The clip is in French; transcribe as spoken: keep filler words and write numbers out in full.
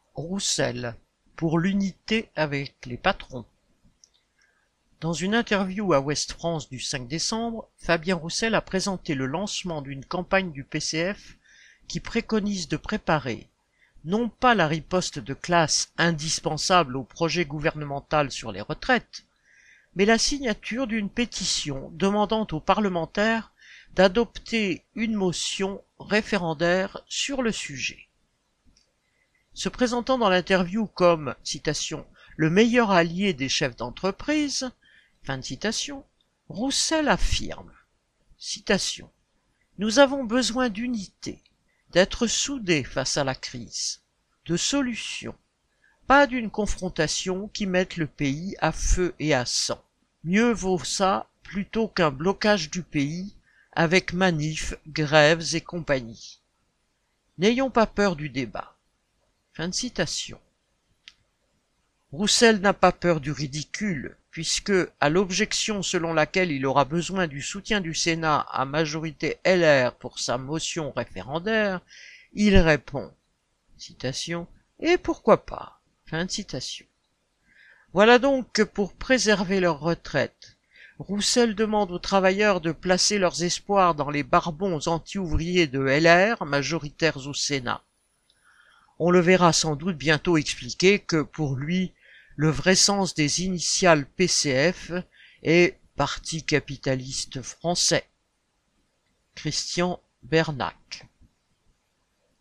Roussel, pour l'unité avec les patrons. Dans une interview à Ouest France du cinq décembre, Fabien Roussel a présenté le lancement d'une campagne du P C F qui préconise de préparer, non pas la riposte de classe indispensable au projet gouvernemental sur les retraites, mais la signature d'une pétition demandant aux parlementaires d'adopter une motion référendaire sur le sujet. Se présentant dans l'interview comme, citation, le meilleur allié des chefs d'entreprise, fin de citation, Roussel affirme, citation, nous avons besoin d'unité, d'être soudés face à la crise, de solutions, pas d'une confrontation qui mette le pays à feu et à sang. Mieux vaut ça plutôt qu'un blocage du pays avec manifs, grèves et compagnie. N'ayons pas peur du débat. Fin de citation. Roussel n'a pas peur du ridicule, puisque, à l'objection selon laquelle il aura besoin du soutien du Sénat à majorité L R pour sa motion référendaire, il répond, citation, « Et pourquoi pas ?» Fin de citation. Voilà donc que pour préserver leur retraite, Roussel demande aux travailleurs de placer leurs espoirs dans les barbons anti-ouvriers de L R, majoritaires au Sénat. On le verra sans doute bientôt expliquer que, pour lui, le vrai sens des initiales P C F est Parti capitaliste français. Christian Bernac.